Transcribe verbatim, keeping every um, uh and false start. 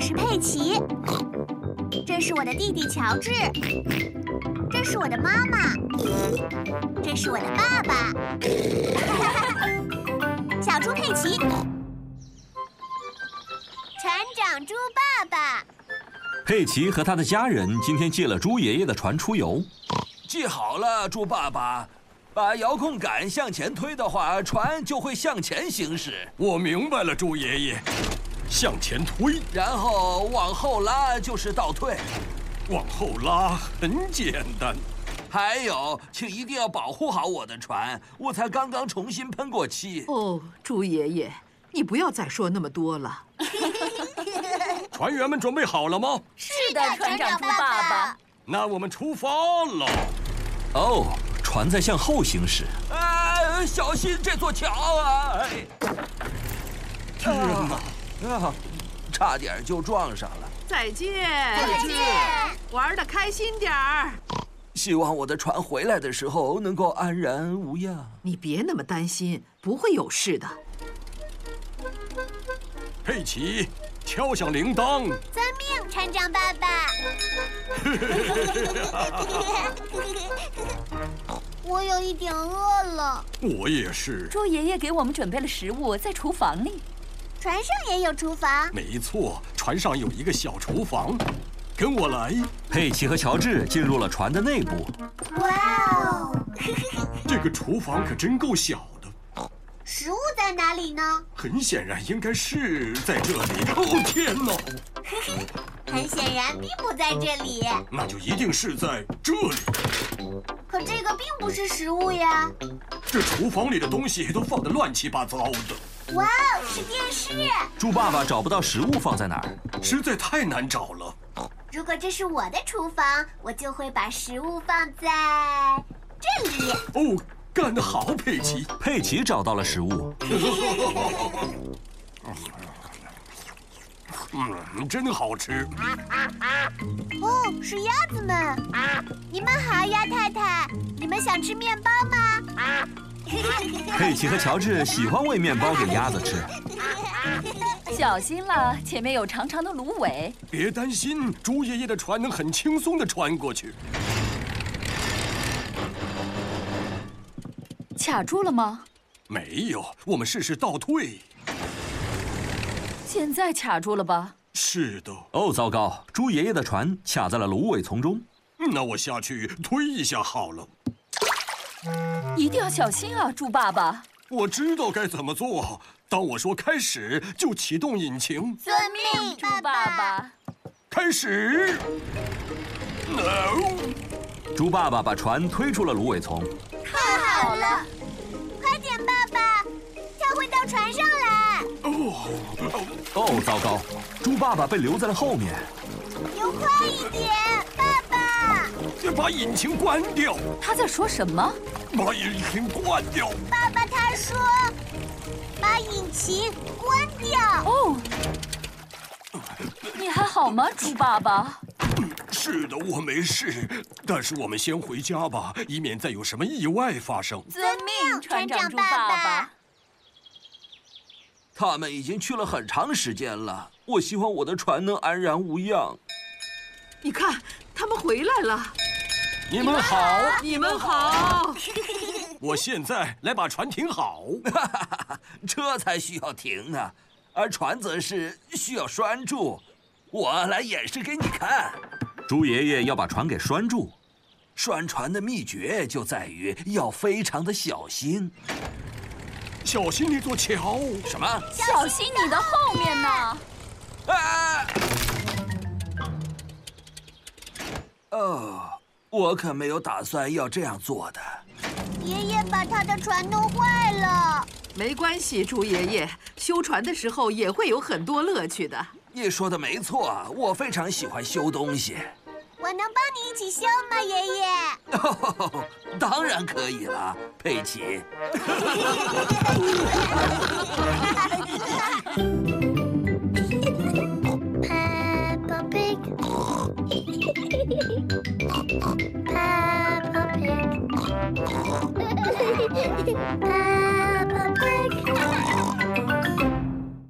是佩奇，这是我的弟弟乔治，这是我的妈妈，这是我的爸爸。小猪佩奇，船长猪爸爸。 佩奇和他的家人今天借了猪爷爷的船出游。 记好了，猪爸爸，把遥控杆向前推的话，船就会向前行驶。 我明白了，猪爷爷。向前推， 然后往后拉就是倒退。 往后拉很简单。 还有，请一定要保护好我的船，我才刚刚重新喷过漆。 哦，猪爷爷，你不要再说那么多了。 船员们准备好了吗？ 是的，船长猪爸爸。 那我们出发了。 哦，船在向后行驶。 啊，小心这座桥啊！ 天哪！ 啊，差点就撞上了。 再见， 再见， 玩得开心点儿。 希望我的船回来的时候能够安然无恙。 你别那么担心，不会有事的。 佩奇，敲响铃铛。 遵命，船长爸爸。我有一点饿了。 我也是。 猪爷爷给我们准备了食物，在厨房里。 船上也有厨房。 没错，船上有一个小厨房。跟我来。 佩奇和乔治进入了船的内部。 哇哦！ 这个厨房可真够小的。 食物在哪里呢？ 很显然应该是在这里。哦天哪！ 很显然并不在这里。 那就一定是在这里。 可这个并不是食物呀。 这厨房里的东西都放得乱七八糟的。 哇哦，是电视！ 猪爸爸找不到食物放在哪儿， 实在太难找了。 如果这是我的厨房，我就会把食物放在这里。 哦，干得好，佩奇！ 佩奇找到了食物。 嗯，真好吃。 哦，是鸭子们。你们好，鸭太太。你们想吃面包吗？ 佩奇和乔治喜欢喂面包给鸭子吃。 小心了，前面有长长的芦苇。 别担心，猪爷爷的船能很轻松地穿过去。 卡住了吗？ 没有，我们试试倒退。 现在卡住了吧？ 是的。 哦，糟糕！猪爷爷的船卡在了芦苇丛中。 那我下去推一下好了。 一定要小心啊，猪爸爸！ 我知道该怎么做。当我说开始，就启动引擎。 遵命， 猪爸爸。 开始。No。 猪爸爸把船推出了芦苇丛。 太好了！快点，爸爸，跳回到船上来。 哦。 哦，糟糕！猪爸爸被留在了后面。 游快一点，爸爸！ 把引擎关掉。 他在说什么？ 把引擎关掉。 爸爸他说，把引擎关掉。 哦，你还好吗，猪爸爸？ 是的，我没事。但是我们先回家吧，以免再有什么意外发生。 遵命，船长猪爸爸。 他们已经去了很长时间了，我希望我的船能安然无恙。 你看，他们回来了。 你们好， 你们好。 我现在来把船停好。 车才需要停呢，而船则是需要拴住。我来演示给你看。 猪爷爷要把船给拴住。 拴船的秘诀就在于要非常的小心。 小心那座桥！ 什么？ 小心你的后面呢！ 啊！哦，我可没有打算要这样做的。 爷爷把他的船弄坏了。 没关系，猪爷爷，修船的时候也会有很多乐趣的。 你说的没错，我非常喜欢修东西。 我能帮你一起修吗，爷爷？ 哦，当然可以了，佩奇。